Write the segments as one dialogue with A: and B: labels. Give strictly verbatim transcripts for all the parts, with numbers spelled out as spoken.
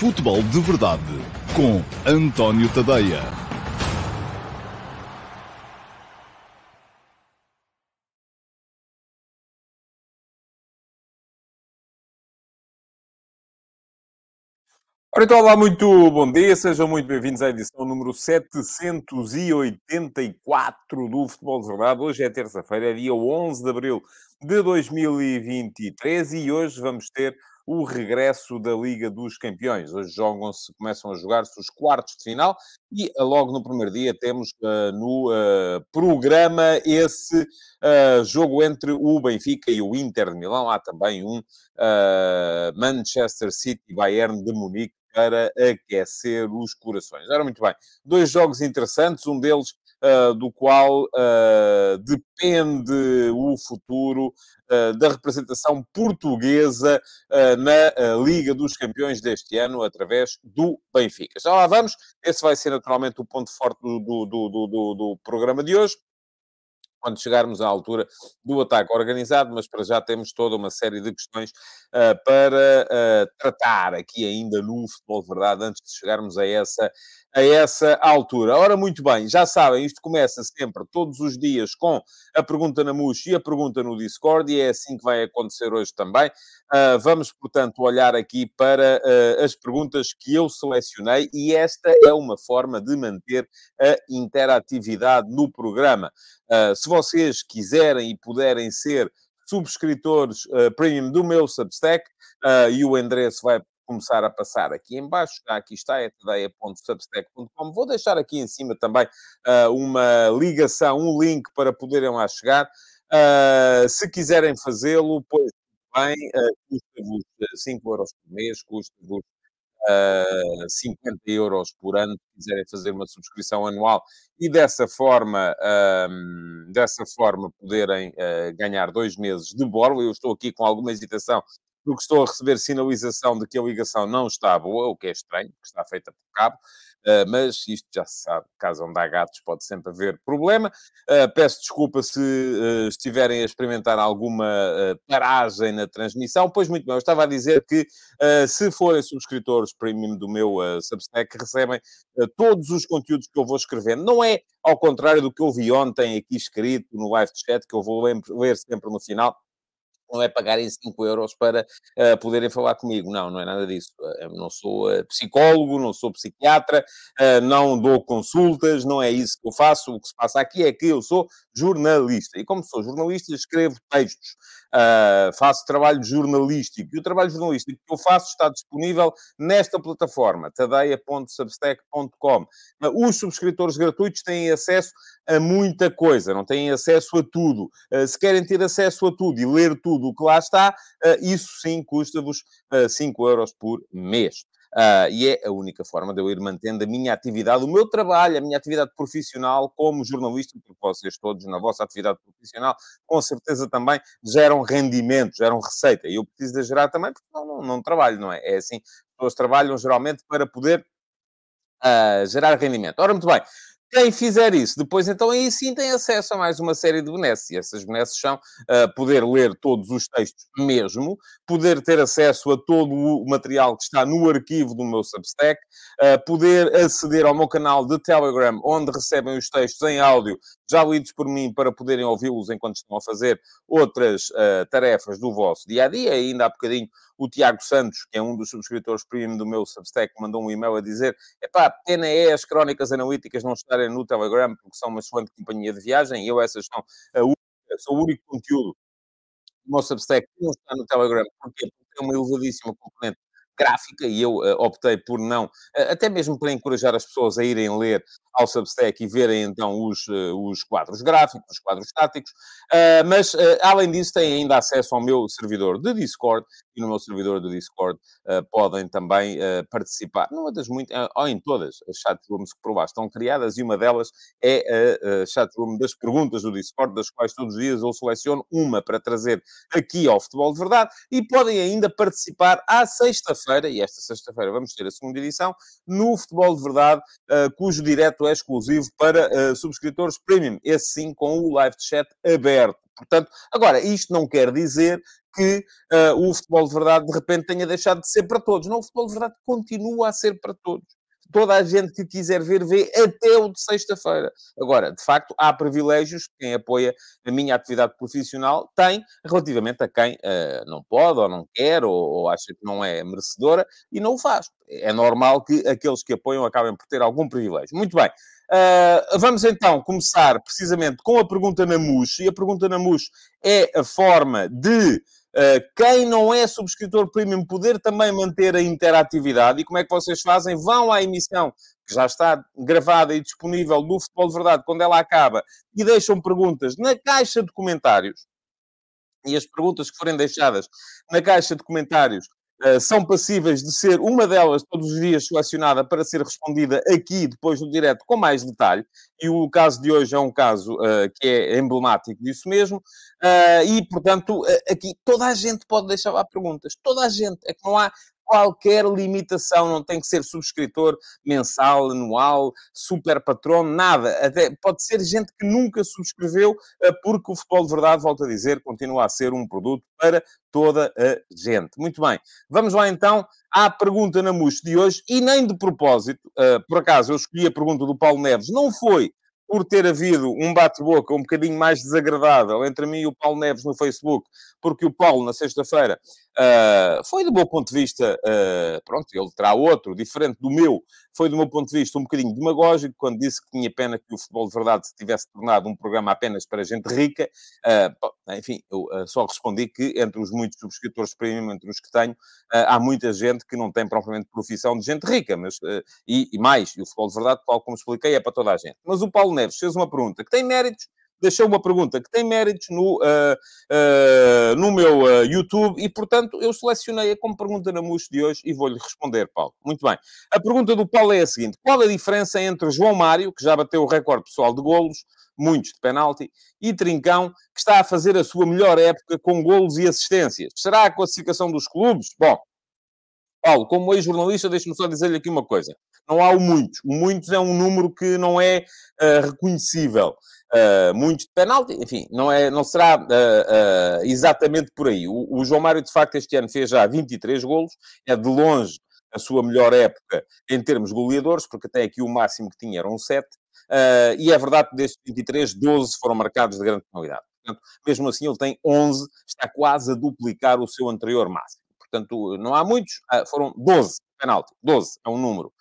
A: Futebol de Verdade com António Tadeia.
B: Ora, então, olá, muito bom dia, sejam muito bem-vindos à edição número setecentos e oitenta e quatro do Futebol de Verdade. Hoje é terça-feira, é dia onze de abril de dois mil e vinte e três e hoje vamos ter o regresso da Liga dos Campeões. Hoje jogam-se, começam a jogar-se os quartos de final e eh, logo no primeiro dia temos uh, no uh, programa esse uh, jogo entre o Benfica e o Inter de Milão. Há também um uh, Manchester City-Bayern de Munique para aquecer os corações. Ora, muito bem. Dois jogos interessantes, um deles uh, do qual uh, depende o futuro uh, da representação portuguesa uh, na uh, Liga dos Campeões deste ano, através do Benfica. Já lá vamos. Esse vai ser naturalmente o ponto forte do, do, do, do, do programa de hoje, quando chegarmos à altura do ataque organizado, mas para já temos toda uma série de questões uh, para uh, tratar aqui ainda no Futebol de Verdade, antes de chegarmos a essa, a essa altura. Ora, muito bem, já sabem, isto começa sempre, todos os dias, com a pergunta na M U S e a pergunta no Discord, e é assim que vai acontecer hoje também. Uh, vamos, portanto, olhar aqui para uh, as perguntas que eu selecionei, e esta é uma forma de manter a interatividade no programa. Uh, se vocês quiserem e puderem ser subscritores uh, premium do meu Substack, uh, e o endereço vai começar a passar aqui em baixo, já aqui está, é tadeia ponto substack ponto com. Vou deixar aqui em cima também uh, uma ligação, um link para poderem lá chegar. Uh, se quiserem fazê-lo, pois bem, uh, custa-vos cinco euros por mês, custa-vos uh, cinquenta euros por ano, se quiserem fazer uma subscrição anual e dessa forma, um, dessa forma poderem uh, ganhar dois meses de borla. Eu estou aqui com alguma hesitação, porque estou a receber sinalização de que a ligação não está boa, o que é estranho, porque está feita por cabo. Uh, mas isto já se sabe, caso onde há gatos pode sempre haver problema. Uh, peço desculpa se uh, estiverem a experimentar alguma uh, paragem na transmissão. Pois muito bem, eu estava a dizer que uh, se forem subscritores premium do meu uh, Substack, recebem uh, todos os conteúdos que eu vou escrevendo. Não é ao contrário do que eu vi ontem aqui escrito no live chat, que eu vou ler sempre no final. Não é pagarem cinco euros para uh, poderem falar comigo. Não, não é nada disso. Uh, não sou uh, psicólogo, não sou psiquiatra, uh, não dou consultas, não é isso que eu faço. O que se passa aqui é que eu sou jornalista. E como sou jornalista, escrevo textos, uh, faço trabalho jornalístico. E o trabalho jornalístico que eu faço está disponível nesta plataforma, tadeia ponto substack ponto com. Uh, os subscritores gratuitos têm acesso a muita coisa, não têm acesso a tudo. Uh, se querem ter acesso a tudo e ler tudo o que lá está, uh, isso sim custa-vos uh, cinco euros por mês. Uh, e é a única forma de eu ir mantendo a minha atividade, o meu trabalho, a minha atividade profissional como jornalista, porque vocês todos, na vossa atividade profissional, com certeza também geram rendimento, geram receita. E eu preciso de gerar também, porque não, não, não trabalho, não é? É assim, as pessoas trabalham geralmente para poder uh, gerar rendimento. Ora, muito bem. Quem fizer isso, depois então aí sim tem acesso a mais uma série de benesses. E essas benesses são uh, poder ler todos os textos mesmo, poder ter acesso a todo o material que está no arquivo do meu Substack, uh, poder aceder ao meu canal de Telegram, onde recebem os textos em áudio, já lidos por mim, para poderem ouvi-los enquanto estão a fazer outras uh, tarefas do vosso dia-a-dia. E ainda há bocadinho o Tiago Santos, que é um dos subscritores premium do meu Substack, mandou um e-mail a dizer: epá, pena é as crónicas analíticas não estarem no Telegram, porque são uma excelente companhia de viagem, e eu essas são a única, sou o único conteúdo do meu Substack que não está no Telegram. Porquê? Porque tem uma elevadíssima componente gráfica e eu uh, optei por não, uh, até mesmo para encorajar as pessoas a irem ler ao Substack e verem então os, uh, os quadros gráficos, os quadros estáticos, uh, mas uh, além disso têm ainda acesso ao meu servidor de Discord, e no meu servidor do Discord uh, podem também uh, participar, numa das muitas, uh, ou em todas as chatrooms que por lá estão criadas, e uma delas é a, a chatroom das perguntas do Discord, das quais todos os dias eu seleciono uma para trazer aqui ao Futebol de Verdade, e podem ainda participar à sexta-feira, e esta sexta-feira vamos ter a segunda edição, no Futebol de Verdade, uh, cujo direto é exclusivo para uh, subscritores premium, esse sim com o live chat aberto. Portanto, agora, isto não quer dizer que uh, o futebol de verdade, de repente, tenha deixado de ser para todos. Não, o futebol de verdade continua a ser para todos. Toda a gente que quiser ver, vê até o de sexta-feira. Agora, de facto, há privilégios que quem apoia a minha atividade profissional tem relativamente a quem uh, não pode, ou não quer, ou, ou acha que não é merecedora, e não o faz. É normal que aqueles que apoiam acabem por ter algum privilégio. Muito bem. Uh, vamos então começar precisamente com a pergunta na M U S. E a pergunta na M U S é a forma de Uh, quem não é subscritor premium poder também manter a interatividade. E como é que vocês fazem? Vão à emissão que já está gravada e disponível do Futebol de Verdade quando ela acaba e deixam perguntas na caixa de comentários. E as perguntas que forem deixadas na caixa de comentários uh, são passíveis de ser uma delas todos os dias selecionada para ser respondida aqui depois no direto com mais detalhe. E o caso de hoje é um caso uh, que é emblemático disso mesmo. Uh, e, portanto, uh, aqui toda a gente pode deixar lá perguntas. Toda a gente. É que não há qualquer limitação. Não tem que ser subscritor mensal, anual, super patrono, nada. Até pode ser gente que nunca subscreveu, uh, porque o Futebol de Verdade, volto a dizer, continua a ser um produto para toda a gente. Muito bem. Vamos lá, então, à pergunta na M U S de hoje. E nem de propósito, uh, por acaso, eu escolhi a pergunta do Paulo Neves. Não foi por ter havido um bate-boca um bocadinho mais desagradável entre mim e o Paulo Neves no Facebook, porque o Paulo, na sexta-feira, uh, foi, do meu ponto de vista, uh, pronto, ele terá outro, diferente do meu, foi, do meu ponto de vista, um bocadinho demagógico, quando disse que tinha pena que o Futebol de Verdade se tivesse tornado um programa apenas para gente rica. Uh, enfim, eu uh, só respondi que, entre os muitos subscritores premium, entre os que tenho, uh, há muita gente que não tem propriamente profissão de gente rica, mas, uh, e, e mais, e o Futebol de Verdade, tal como expliquei, é para toda a gente. Mas o Paulo Neves fez uma pergunta que tem méritos, deixou uma pergunta que tem méritos no, uh, uh, no meu uh, YouTube e, portanto, eu selecionei-a como pergunta na M U S de hoje e vou-lhe responder, Paulo. Muito bem. A pergunta do Paulo é a seguinte: qual a diferença entre João Mário, que já bateu o recorde pessoal de golos, muitos de penalti, e Trincão, que está a fazer a sua melhor época com golos e assistências? Será a classificação dos clubes? Bom, Paulo, como ex-jornalista, deixe-me só dizer-lhe aqui uma coisa. Não há o muitos. O muitos é um número que não é uh, reconhecível. Uh, muitos de penalti, enfim, não, é, não será uh, uh, exatamente por aí. O, o João Mário, de facto, este ano fez já vinte e três golos. É de longe a sua melhor época em termos goleadores, porque até aqui o máximo que tinha eram sete. Uh, e é verdade que destes vinte e três, doze foram marcados de grande penalidade. Portanto, mesmo assim, ele tem onze, está quase a duplicar o seu anterior máximo. Portanto, não há muitos, foram doze penalti. doze é um número.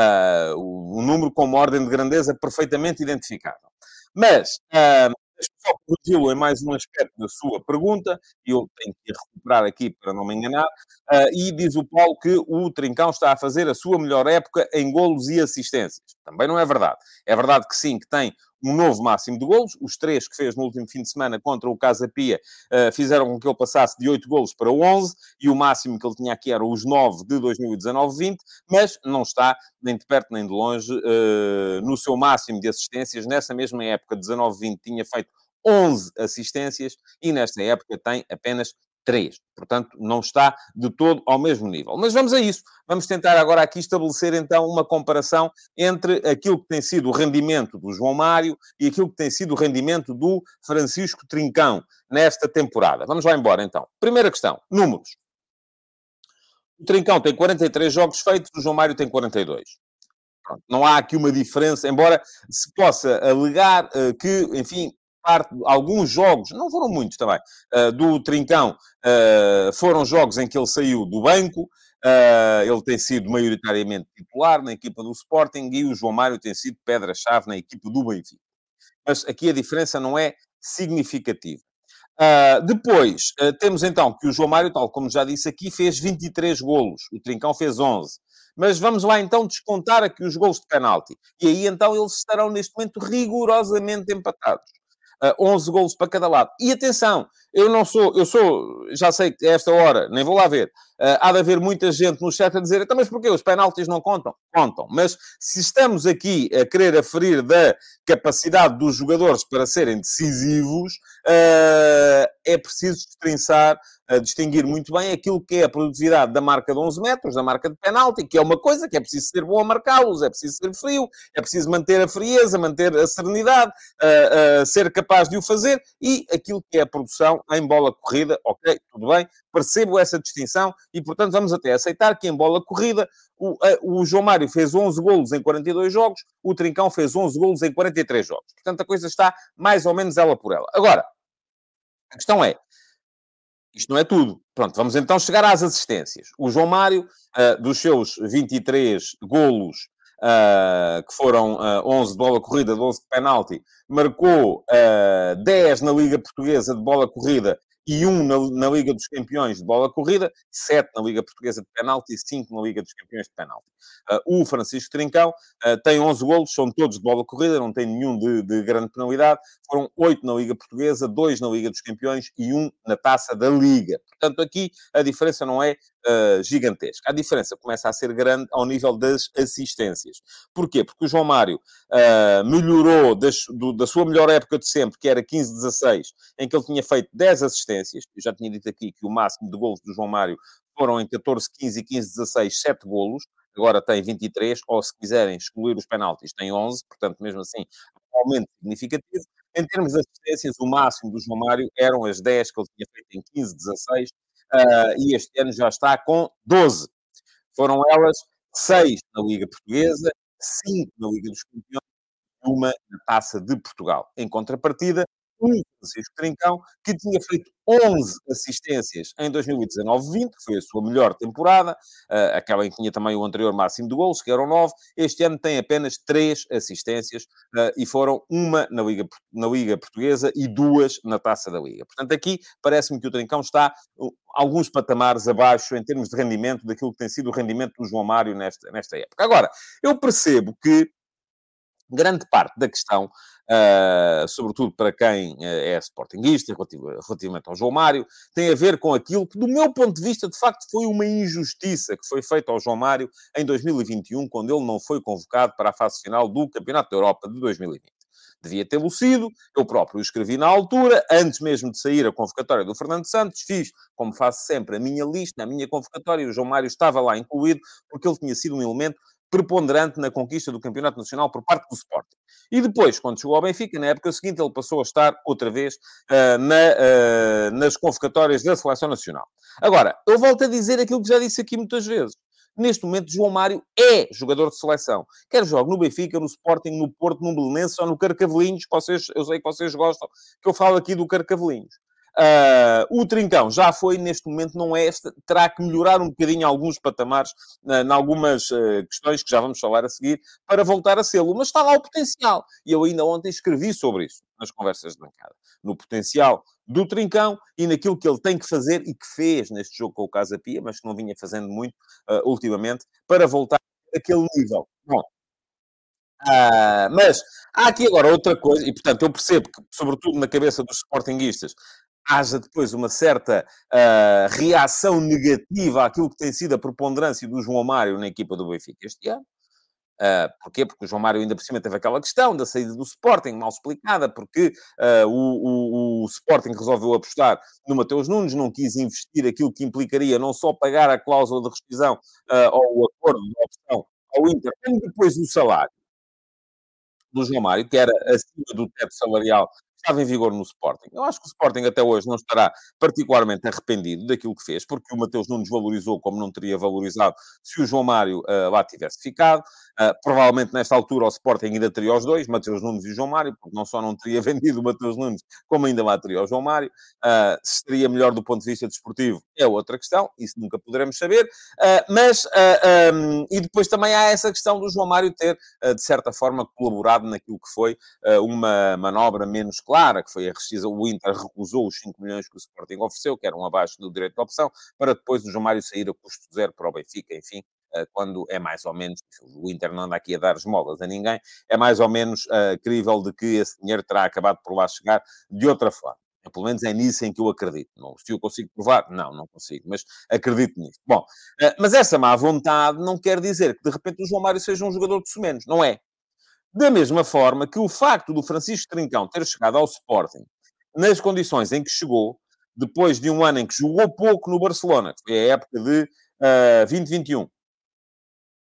B: Uh, um número com uma ordem de grandeza perfeitamente identificável. Mas, uh, só corrigi-lo em mais um aspecto da sua pergunta, e eu tenho que recuperar aqui para não me enganar, uh, e diz o Paulo que o Trincão está a fazer a sua melhor época em golos e assistências. Também não é verdade. É verdade que sim, que tem um novo máximo de golos. Os três que fez no último fim de semana contra o Casa Pia uh, fizeram com que ele passasse de oito golos para onze, e o máximo que ele tinha aqui era os nove de dois mil e dezanove vinte, mas não está nem de perto nem de longe uh, no seu máximo de assistências. Nessa mesma época, dezanove vinte, tinha feito onze assistências e nesta época tem apenas três. Portanto, não está de todo ao mesmo nível. Mas vamos a isso. Vamos tentar agora aqui estabelecer, então, uma comparação entre aquilo que tem sido o rendimento do João Mário e aquilo que tem sido o rendimento do Francisco Trincão nesta temporada. Vamos lá embora, então. Primeira questão. Números. O Trincão tem quarenta e três jogos feitos, o João Mário tem quarenta e dois. Pronto. Não há aqui uma diferença, embora se possa alegar uh, que, enfim, parte, alguns jogos, não foram muitos também, uh, do Trincão, uh, foram jogos em que ele saiu do banco. Uh, ele tem sido maioritariamente titular na equipa do Sporting e o João Mário tem sido pedra-chave na equipa do Benfica. Mas aqui a diferença não é significativa. Uh, depois, uh, temos então que o João Mário, tal como já disse aqui, fez vinte e três golos. O Trincão fez onze. Mas vamos lá então descontar aqui os golos de penalti. E aí então eles estarão neste momento rigorosamente empatados. Uh, onze golos para cada lado. E atenção, eu não sou, eu sou, já sei que a esta hora, nem vou lá ver, uh, há de haver muita gente no chat a dizer, então, mas porquê? Os penaltis não contam? Contam. Mas se estamos aqui a querer aferir da capacidade dos jogadores para serem decisivos, uh, é preciso destrinçar, uh, distinguir muito bem aquilo que é a produtividade da marca de onze metros, da marca de penalti, que é uma coisa que é preciso ser bom a marcá-los, é preciso ser frio, é preciso manter a frieza, manter a serenidade, uh, uh, ser capaz de o fazer, e aquilo que é a produção em bola corrida, ok, tudo bem, percebo essa distinção e, portanto, vamos até aceitar que em bola corrida o, a, o João Mário fez onze golos em quarenta e dois jogos, o Trincão fez onze golos em quarenta e três jogos. Portanto, a coisa está mais ou menos ela por ela. Agora, a questão é, isto não é tudo. Pronto, vamos então chegar às assistências. O João Mário, uh, dos seus vinte e três golos, uh, que foram uh, onze de bola corrida, doze de penalti, marcou uh, dez na Liga Portuguesa de bola corrida e um na, na Liga dos Campeões de bola corrida, sete na Liga Portuguesa de penalti e cinco na Liga dos Campeões de penalti. Uh, o Francisco Trincão uh, tem onze golos, são todos de bola corrida, não tem nenhum de, de grande penalidade. Foram oito na Liga Portuguesa, dois na Liga dos Campeões e um na Taça da Liga. Portanto, aqui a diferença não é uh, gigantesca. A diferença começa a ser grande ao nível das assistências. Porquê? Porque o João Mário uh, melhorou das, do, da sua melhor época de sempre, que era quinze dezasseis, em que ele tinha feito dez assistências. Eu já tinha dito aqui que o máximo de golos do João Mário foram em catorze quinze e quinze dezasseis, sete golos. Agora tem vinte e três, ou se quiserem excluir os penaltis, tem onze. Portanto, mesmo assim, um aumento significativo. Em termos de assistências, o máximo do João Mário eram as dez que ele tinha feito em quinze dezasseis, uh, e este ano já está com doze. Foram elas seis na Liga Portuguesa, cinco na Liga dos Campeões, uma na Taça de Portugal. Em contrapartida, o Francisco Trincão, que tinha feito onze assistências em dois mil e dezanove vinte, que foi a sua melhor temporada, uh, aquela em que tinha também o anterior máximo de golos, que eram nove. Este ano tem apenas três assistências, uh, e foram uma na Liga, na Liga Portuguesa e duas na Taça da Liga. Portanto, aqui parece-me que o Trincão está uh, alguns patamares abaixo em termos de rendimento daquilo que tem sido o rendimento do João Mário nesta, nesta época. Agora, eu percebo que grande parte da questão, uh, sobretudo para quem uh, é sportinguista, relativamente ao João Mário, tem a ver com aquilo que, do meu ponto de vista, de facto, foi uma injustiça que foi feita ao João Mário em dois mil e vinte e um, quando ele não foi convocado para a fase final do Campeonato da Europa de dois mil e vinte. Devia tê-lo sido, eu próprio o escrevi na altura, antes mesmo de sair a convocatória do Fernando Santos, fiz, como faço sempre, a minha lista, a minha convocatória, e o João Mário estava lá incluído, porque ele tinha sido um elemento preponderante na conquista do Campeonato Nacional por parte do Sporting. E depois, quando chegou ao Benfica, na época seguinte, ele passou a estar outra vez uh, na, uh, nas convocatórias da Seleção Nacional. Agora, eu volto a dizer aquilo que já disse aqui muitas vezes. Neste momento, João Mário é jogador de seleção. Quer jogue no Benfica, no Sporting, no Porto, no Belenenses ou no Carcavelinhos. Vocês, eu sei que vocês gostam que eu falo aqui do Carcavelinhos. Uh, o Trincão já foi, neste momento não é este, terá que melhorar um bocadinho alguns patamares, uh, em algumas uh, questões que já vamos falar a seguir, para voltar a sê-lo, mas está lá o potencial, e eu ainda ontem escrevi sobre isso, nas conversas de bancada, no potencial do Trincão e naquilo que ele tem que fazer e que fez neste jogo com o Casa Pia, mas que não vinha fazendo muito uh, ultimamente, para voltar àquele nível. Bom, Uh, mas há aqui agora outra coisa, e portanto eu percebo que, sobretudo na cabeça dos sportinguistas, haja depois uma certa uh, reação negativa àquilo que tem sido a preponderância do João Mário na equipa do Benfica este ano. Uh, porquê? Porque o João Mário ainda por cima teve aquela questão da saída do Sporting, mal explicada, porque uh, o, o, o Sporting resolveu apostar no Mateus Nunes, não quis investir aquilo que implicaria não só pagar a cláusula de rescisão uh, ou o acordo de opção ao Inter, como depois o salário do João Mário, que era acima do teto salarial que estava em vigor no Sporting. Eu acho que o Sporting até hoje não estará particularmente arrependido daquilo que fez, porque o Mateus Nunes valorizou como não teria valorizado se o João Mário uh, lá tivesse ficado. Uh, provavelmente, nesta altura, o Sporting ainda teria os dois, Mateus Nunes e o João Mário, porque não só não teria vendido o Mateus Nunes, como ainda lá teria o João Mário. Uh, se seria melhor do ponto de vista desportivo é outra questão, isso nunca poderemos saber. Uh, mas, uh, um, e depois também há essa questão do João Mário ter, uh, de certa forma, colaborado naquilo que foi uh, uma manobra menos clara, que foi a rescisão. O Inter recusou os cinco milhões que o Sporting ofereceu, que eram abaixo do direito de opção, para depois o João Mário sair a custo zero para o Benfica, enfim, uh, quando é mais ou menos, o Inter não anda aqui a dar esmolas a ninguém, é mais ou menos uh, crível de que esse dinheiro terá acabado por lá chegar de outra forma. Pelo menos é nisso em que eu acredito. Não, se eu consigo provar, não, não consigo, mas acredito nisso. Bom, mas essa má vontade não quer dizer que, de repente, o João Mário seja um jogador de sumenos. Não é. Da mesma forma que o facto do Francisco Trincão ter chegado ao Sporting nas condições em que chegou, depois de um ano em que jogou pouco no Barcelona, que foi a época de uh, vinte vinte e um,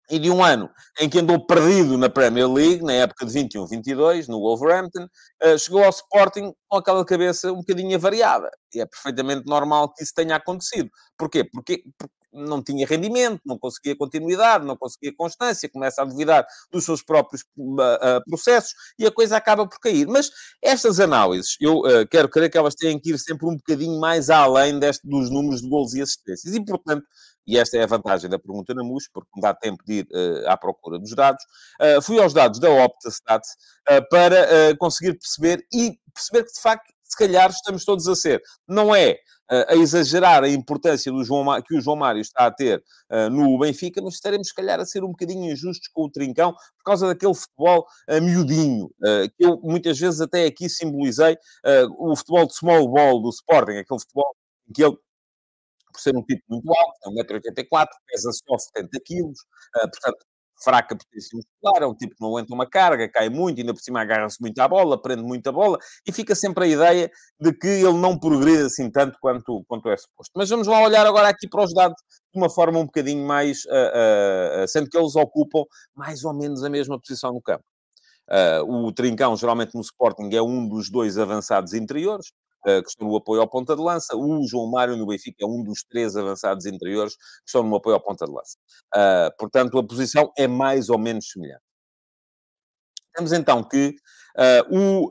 B: e de um ano em que andou perdido na Premier League, na época de vinte e um vinte e dois, no Wolverhampton, uh, chegou ao Sporting com aquela cabeça um bocadinho avariada. E é perfeitamente normal que isso tenha acontecido. Porquê? Porque, porque não tinha rendimento, não conseguia continuidade, não conseguia constância, começa a duvidar dos seus próprios uh, uh, processos e a coisa acaba por cair. Mas estas análises, eu uh, quero crer que elas têm que ir sempre um bocadinho mais além deste, dos números de golos e assistências. E, portanto, e esta é a vantagem da pergunta na M U S, porque me dá tempo de ir uh, à procura dos dados. Uh, fui aos dados da Optastat uh, para uh, conseguir perceber e perceber que, de facto, se calhar estamos todos a ser. Não é uh, a exagerar a importância do João Ma- que o João Mário está a ter uh, no Benfica, mas estaremos, se calhar, a ser um bocadinho injustos com o Trincão por causa daquele futebol uh, miudinho, uh, que eu muitas vezes até aqui simbolizei uh, o futebol de small ball do Sporting, aquele futebol em que ele por ser um tipo muito alto, tem um metro e oitenta e quatro, pesa só setenta quilos, uh, portanto, fraca potência muscular, é um tipo que não aguenta uma carga, cai muito, ainda por cima agarra-se muito à bola, prende muito a bola, e fica sempre a ideia de que ele não progride assim tanto quanto, quanto é suposto. Mas vamos lá olhar agora aqui para os dados de uma forma um bocadinho mais, uh, uh, sendo que eles ocupam mais ou menos a mesma posição no campo. Uh, o Trincão, geralmente no Sporting, é um dos dois avançados interiores, uh, que estão no apoio ao ponta de lança. O João Mário, no Benfica, é um dos três avançados interiores que estão no apoio ao ponta de lança. Uh, portanto, a posição é mais ou menos semelhante. Temos então que uh, o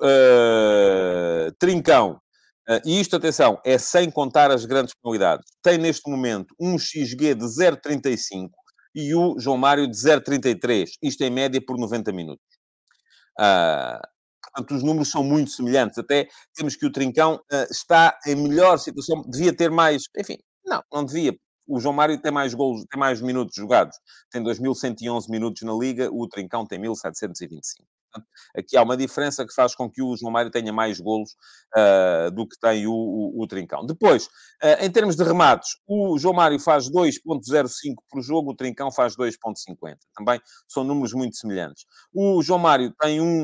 B: uh, Trincão, uh, e isto, atenção, é sem contar as grandes penalidades, tem neste momento um X G de zero vírgula trinta e cinco e o João Mário de zero vírgula trinta e três. Isto em média por noventa minutos. Uh, portanto, os números são muito semelhantes. Até temos que o Trincão uh, está em melhor situação, devia ter mais. Enfim, não, não devia. O João Mário tem mais golos, tem mais minutos jogados. Tem dois mil cento e onze minutos na Liga, o Trincão tem mil setecentos e vinte e cinco. Portanto, aqui há uma diferença que faz com que o João Mário tenha mais golos uh, do que tem o, o, o Trincão. Depois, uh, em termos de remates, o João Mário faz dois vírgula zero cinco por jogo, o Trincão faz dois vírgula cinquenta. Também são números muito semelhantes. O João Mário tem, um,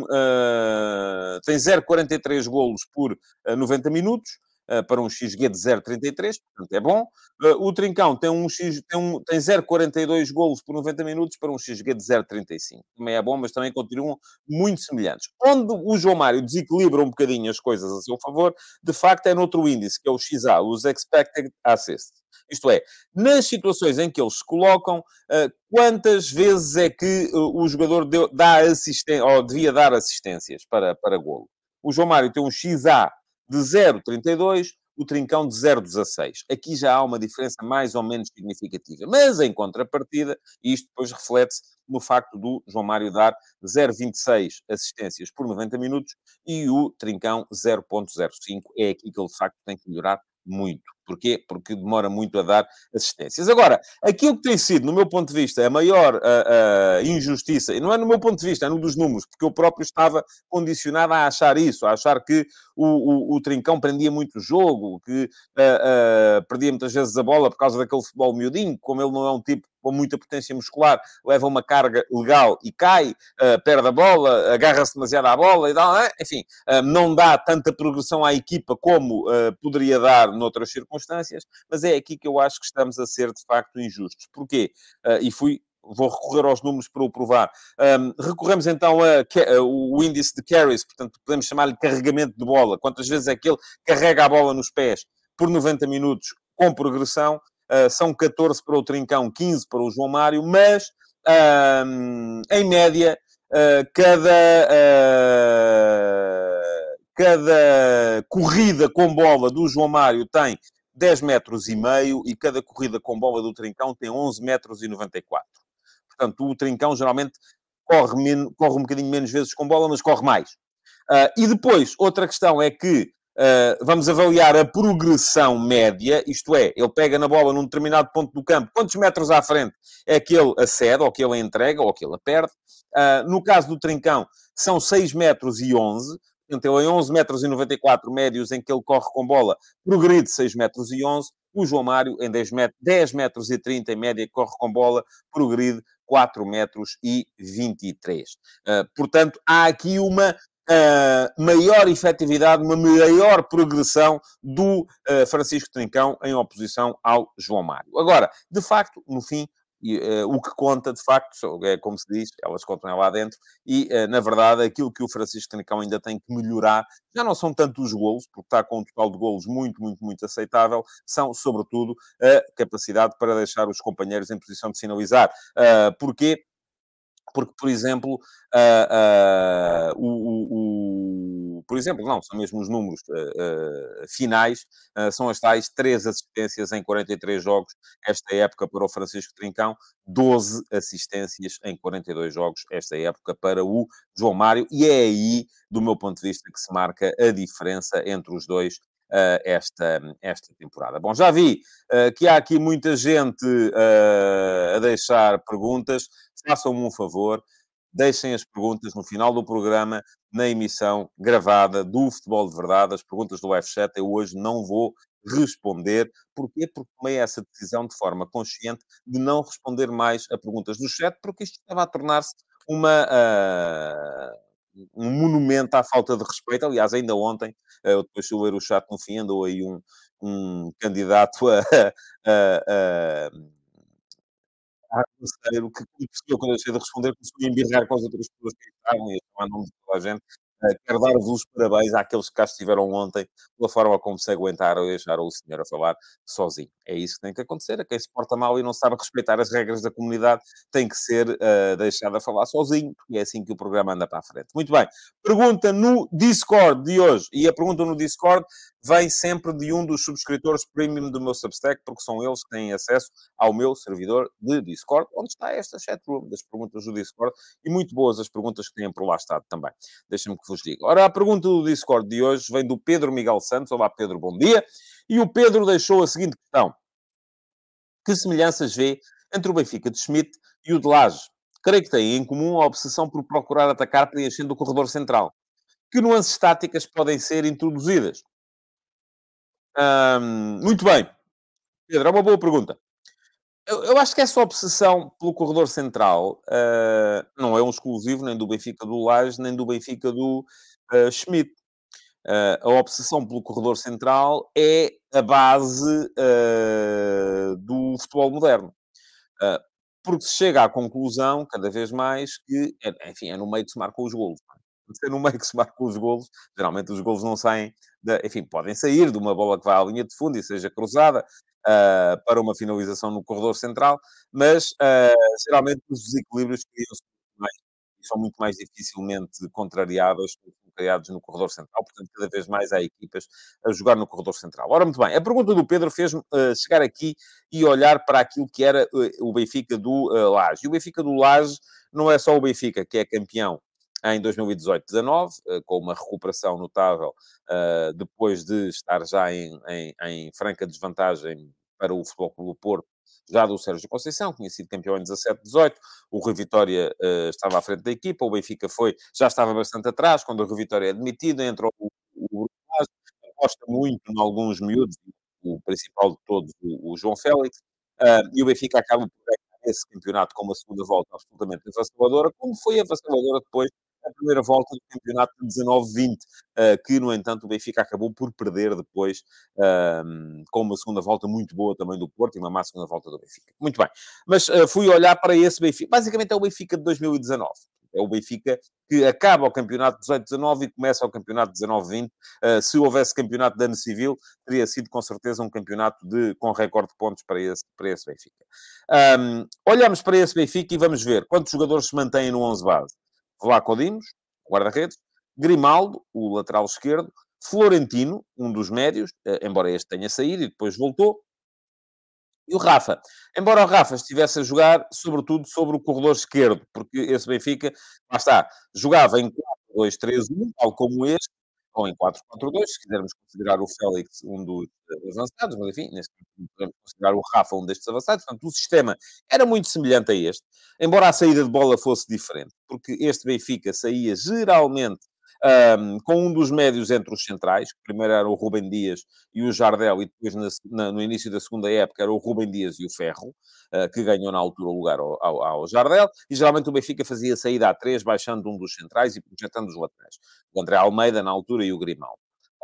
B: uh, tem zero vírgula quarenta e três golos por uh, noventa minutos, uh, para um X G de zero vírgula trinta e três, portanto é bom. Uh, o Trincão tem, um X, tem, um, tem zero vírgula quarenta e dois golos por noventa minutos para um X G de zero vírgula trinta e cinco. Também é bom, mas também continuam muito semelhantes. Onde o João Mário desequilibra um bocadinho as coisas a seu favor, de facto é noutro índice, que é o X A, os Expected Assists. Isto é, nas situações em que eles se colocam, uh, quantas vezes é que uh, o jogador deu, dá assistência, ou devia dar assistências para, para golo? O João Mário tem um X A de zero vírgula trinta e dois, o Trincão de zero vírgula dezasseis. Aqui já há uma diferença mais ou menos significativa. Mas, em contrapartida, e isto depois reflete-se no facto do João Mário dar zero vírgula vinte e seis assistências por noventa minutos e o Trincão zero vírgula zero cinco. É aqui que ele, de facto, tem que melhorar muito. Porquê? Porque demora muito a dar assistências. Agora, aquilo que tem sido, no meu ponto de vista, a maior uh, uh, injustiça, e não é no meu ponto de vista, é no dos números, porque eu próprio estava condicionado a achar isso, a achar que o, o, o Trincão prendia muito o jogo, que uh, uh, perdia muitas vezes a bola por causa daquele futebol miudinho, como ele não é um tipo com muita potência muscular, leva uma carga legal e cai, uh, perde a bola, agarra-se demasiado à bola e tal, enfim, uh, não dá tanta progressão à equipa como uh, poderia dar noutras circunstâncias, mas é aqui que eu acho que estamos a ser, de facto, injustos. Porquê? Uh, e fui... Vou recorrer aos números para o provar. Um, recorremos então ao índice de carries, portanto, podemos chamar-lhe carregamento de bola. Quantas vezes é que ele carrega a bola nos pés por noventa minutos com progressão? Uh, são catorze para o Trincão, quinze para o João Mário, mas, um, em média, uh, cada, uh, cada corrida com bola do João Mário tem dez metros e meio e cada corrida com bola do Trincão tem onze metros e noventa e quatro. Portanto, o Trincão geralmente corre, men- corre um bocadinho menos vezes com bola, mas corre mais. Uh, e depois, outra questão é que Uh, vamos avaliar a progressão média, isto é, ele pega na bola num determinado ponto do campo, quantos metros à frente é que ele acede, ou que ele entrega, ou que ele a perde. Uh, no caso do Trincão, são seis metros e onze, portanto, ele em onze metros e noventa e quatro médios em que ele corre com bola, progride seis metros e onze. O João Mário, em dez metros, dez metros e trinta em média, corre com bola, progride quatro metros e vinte e três. Uh, portanto, há aqui uma Uh, maior efetividade, uma maior progressão do uh, Francisco Trincão em oposição ao João Mário. Agora, de facto, no fim, E, uh, o que conta, de facto, é como se diz, elas contam é lá dentro, e, uh, na verdade, aquilo que o Francisco Trincão ainda tem que melhorar, já não são tanto os golos, porque está com um total de golos muito, muito, muito aceitável, são, sobretudo, a capacidade para deixar os companheiros em posição de finalizar. Uh, porquê? Porque, por exemplo, ah, ah, o, o- o- por exemplo, não, são mesmo os números ah, ah, finais, ah, são as tais três assistências em quarenta e três jogos, esta época para o Francisco Trincão, doze assistências em quarenta e dois jogos, esta época para o João Mário, e é aí, do meu ponto de vista, que se marca a diferença entre os dois ah, esta, esta temporada. Bom, já vi ah, que há aqui muita gente ah, a deixar perguntas. Façam-me um favor, deixem as perguntas no final do programa, na emissão gravada do Futebol de Verdade. As perguntas do F chat eu hoje não vou responder. Porquê? Porque tomei essa decisão de forma consciente de não responder mais a perguntas do chat, porque isto estava a tornar-se uma, ah, um monumento à falta de respeito. Aliás, ainda ontem, ah, eu depois fui ler o chat no fim, andou aí um, um candidato a, a, a ah, terceiro, que quando percebeu, quando eu deixei de responder, começou a embirrar com as outras pessoas que aí estavam e a chamar nomes de toda a gente. Eh, quero dar-vos os parabéns àqueles que cá estiveram ontem, pela forma como se aguentaram e deixaram o senhor a falar sozinho. É isso que tem que acontecer. A quem se porta mal e não sabe respeitar as regras da comunidade tem que ser eh, deixado a falar sozinho, porque é assim que o programa anda para a frente. Muito bem. Pergunta no Discord de hoje. E a pergunta no Discord vem sempre de um dos subscritores premium do meu Substack, porque são eles que têm acesso ao meu servidor de Discord, onde está esta chatroom das perguntas do Discord, e muito boas as perguntas que têm por lá estado também. Deixem-me que vos diga. Ora, a pergunta do Discord de hoje vem do Pedro Miguel Santos. Olá, Pedro, bom dia. E o Pedro deixou a seguinte questão. Que semelhanças vê entre o Benfica de Schmidt e o de Laje? Creio que têm em comum a obsessão por procurar atacar preenchendo o corredor central. Que nuances táticas podem ser introduzidas? Hum, muito bem. Pedro, é uma boa pergunta. Eu, eu acho que essa obsessão pelo corredor central uh, não é um exclusivo nem do Benfica do Lage, nem do Benfica do uh, Schmidt. Uh, a obsessão pelo corredor central é a base uh, do futebol moderno. Uh, porque se chega à conclusão, cada vez mais, que, é, enfim, é no meio que se marcam os golos. É no meio que se marcam os golos. Geralmente os golos não saem, da, enfim, podem sair de uma bola que vai à linha de fundo e seja cruzada uh, para uma finalização no corredor central, mas uh, geralmente os desequilíbrios criam-se muito mais, e são muito mais dificilmente contrariáveis quando são criados no corredor central. Portanto, cada vez mais há equipas a jogar no corredor central. Ora, muito bem, a pergunta do Pedro fez-me uh, chegar aqui e olhar para aquilo que era uh, o Benfica do uh, Lage. E o Benfica do Lage não é só o Benfica que é campeão em dois mil e dezoito dezenove, uh, com uma recuperação notável, uh, depois de estar já em, em, em franca desvantagem para o Futebol Clube do Porto, já do Sérgio Conceição, que tinha sido campeão em dezassete dezoito. O Rui Vitória uh, estava à frente da equipa, o Benfica foi, já estava bastante atrás, quando o Rui Vitória é demitido, entrou o, o Bruno Lage, aposta muito em alguns miúdos, o principal de todos, o, o João Félix, uh, e o Benfica acaba por ganhar esse campeonato com uma segunda volta absolutamente avassaladora, como foi avassaladora depois a primeira volta do campeonato de dezanove vinte, uh, que, no entanto, o Benfica acabou por perder depois, uh, com uma segunda volta muito boa também do Porto e uma má segunda volta do Benfica. Muito bem. Mas uh, fui olhar para esse Benfica. Basicamente é o Benfica de dois mil e dezanove. É o Benfica que acaba o campeonato dezoito dezenove e começa o campeonato dezenove vinte. Uh, se houvesse campeonato de ano civil, teria sido com certeza um campeonato de, com recorde de pontos para esse, para esse Benfica. Um, olhamos para esse Benfica e vamos ver quantos jogadores se mantêm no onze base. Vlaco Dimos, guarda-redes, Grimaldo, o lateral esquerdo, Florentino, um dos médios, uh, embora este tenha saído e depois voltou, e o Rafa. Embora o Rafa estivesse a jogar, sobretudo, sobre o corredor esquerdo, porque esse Benfica, lá está, jogava em quatro dois três um, tal como este, ou em quatro quatro dois, se quisermos considerar o Félix um dos eh, avançados, mas enfim, neste caso podemos considerar o Rafa um destes avançados. Portanto, o sistema era muito semelhante a este, embora a saída de bola fosse diferente, porque este Benfica saía geralmente ahm, com um dos médios entre os centrais, que primeiro era o Rubem Dias e o Jardel, e depois na- na- no início da segunda época era o Rubem Dias e o Ferro, ah, que ganhou na altura o lugar ao, ao- ao Jardel, e geralmente o Benfica fazia saída a três, baixando um dos centrais e projetando os laterais. O André Almeida na altura e o Grimaldo.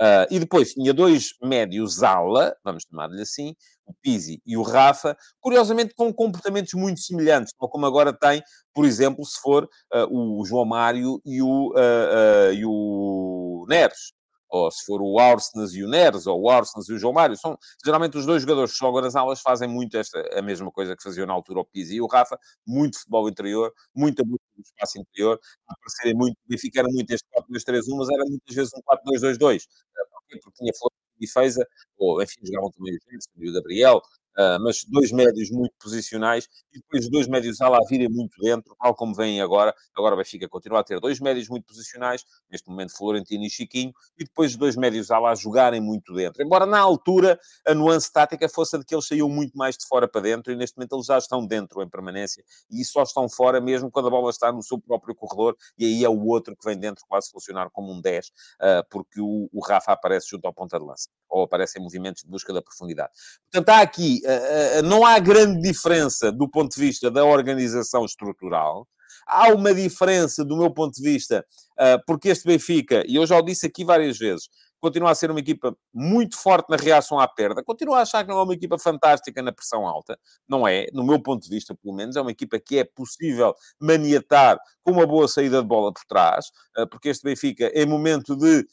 B: Uh, e depois tinha dois médios ala, vamos chamar-lhe assim, o Pizzi e o Rafa, curiosamente com comportamentos muito semelhantes, tal como agora tem, por exemplo, se for uh, o João Mário e o, uh, uh, e o Neres. Ou se for o Ársens e o Neres, ou o Ársens e o João Mário. São, geralmente, os dois jogadores que jogam nas alas fazem muito esta, a mesma coisa que faziam na altura o Pizzi e o Rafa. Muito futebol interior, muita busca do espaço interior. A aparecerem muito, o Benfica era muito este quatro dois três um, mas era muitas vezes um quatro dois dois dois. Porquê? Porque tinha Flores e Feza, ou enfim, jogavam também o Jenson e o Gabriel, uh, mas dois médios muito posicionais e depois dois médios ala a virem muito dentro, tal como vêm agora. Agora o Benfica continua a ter dois médios muito posicionais, neste momento Florentino e Chiquinho, e depois dois médios ala a jogarem muito dentro. Embora na altura a nuance tática fosse a de que eles saíam muito mais de fora para dentro e neste momento eles já estão dentro em permanência e só estão fora mesmo quando a bola está no seu próprio corredor e aí é o outro que vem dentro quase funcionar como um dez, uh, porque o, o Rafa aparece junto ao ponta de lança ou aparece em movimentos de busca da profundidade. Portanto, há aqui, uh, uh, não há grande diferença do ponto de vista da organização estrutural. Há uma diferença, do meu ponto de vista, uh, porque este Benfica, e eu já o disse aqui várias vezes, continua a ser uma equipa muito forte na reação à perda. Continua a achar que não é uma equipa fantástica na pressão alta. Não é, no meu ponto de vista, pelo menos. É uma equipa que é possível maniatar com uma boa saída de bola por trás, porque este Benfica, em momento de,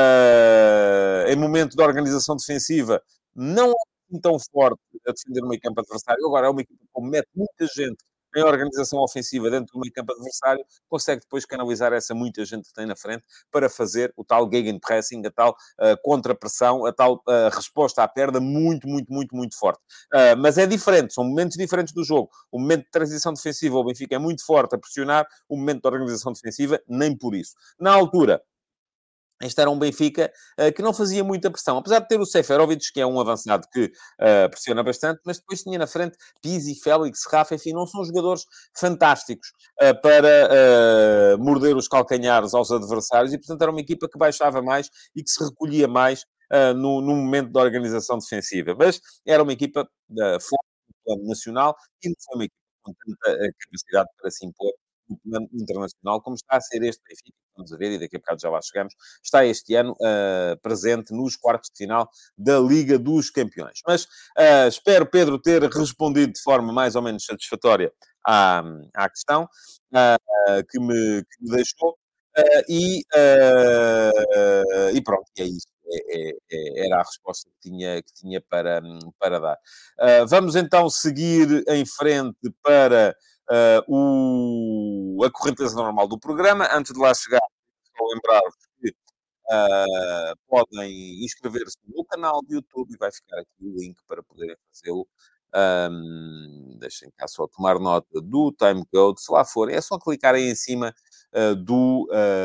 B: uh, em momento de organização defensiva, não é assim tão forte a defender o meio campo adversário. Agora, é uma equipa que mete muita gente em organização ofensiva dentro do meio campo adversário, consegue depois canalizar essa muita gente que tem na frente para fazer o tal gegenpressing, a tal uh, contra-pressão, a tal uh, resposta à perda muito, muito, muito, muito forte. Uh, mas é diferente, são momentos diferentes do jogo. O momento de transição defensiva, o Benfica é muito forte a pressionar, o momento de organização defensiva, nem por isso. Na altura, este era um Benfica uh, que não fazia muita pressão. Apesar de ter o Seferovic, que é um avançado que uh, pressiona bastante, mas depois tinha na frente Pizzi, Félix, Rafa, enfim, não são jogadores fantásticos uh, para uh, morder os calcanhares aos adversários e, portanto, era uma equipa que baixava mais e que se recolhia mais uh, no, no momento da organização defensiva. Mas era uma equipa uh, forte no plano nacional e não foi uma equipa com tanta uh, capacidade para se impor no plano internacional, como está a ser este Benfica, vamos a ver, e daqui a bocado já lá chegamos, está este ano uh, presente nos quartos de final da Liga dos Campeões. Mas uh, espero, Pedro, ter respondido de forma mais ou menos satisfatória à, à questão uh, que, me, que me deixou. Uh, e, uh, e pronto, é isso. É, é, é, era a resposta que tinha, que tinha para, para dar. Uh, vamos então seguir em frente para uh, o, a correnteza normal do programa. Antes de lá chegar, vou lembrar-vos que uh, podem inscrever-se no canal do YouTube e vai ficar aqui o link para poderem fazê-lo. Um, deixem cá só tomar nota do timecode. Se lá forem, é só clicarem em cima uh, do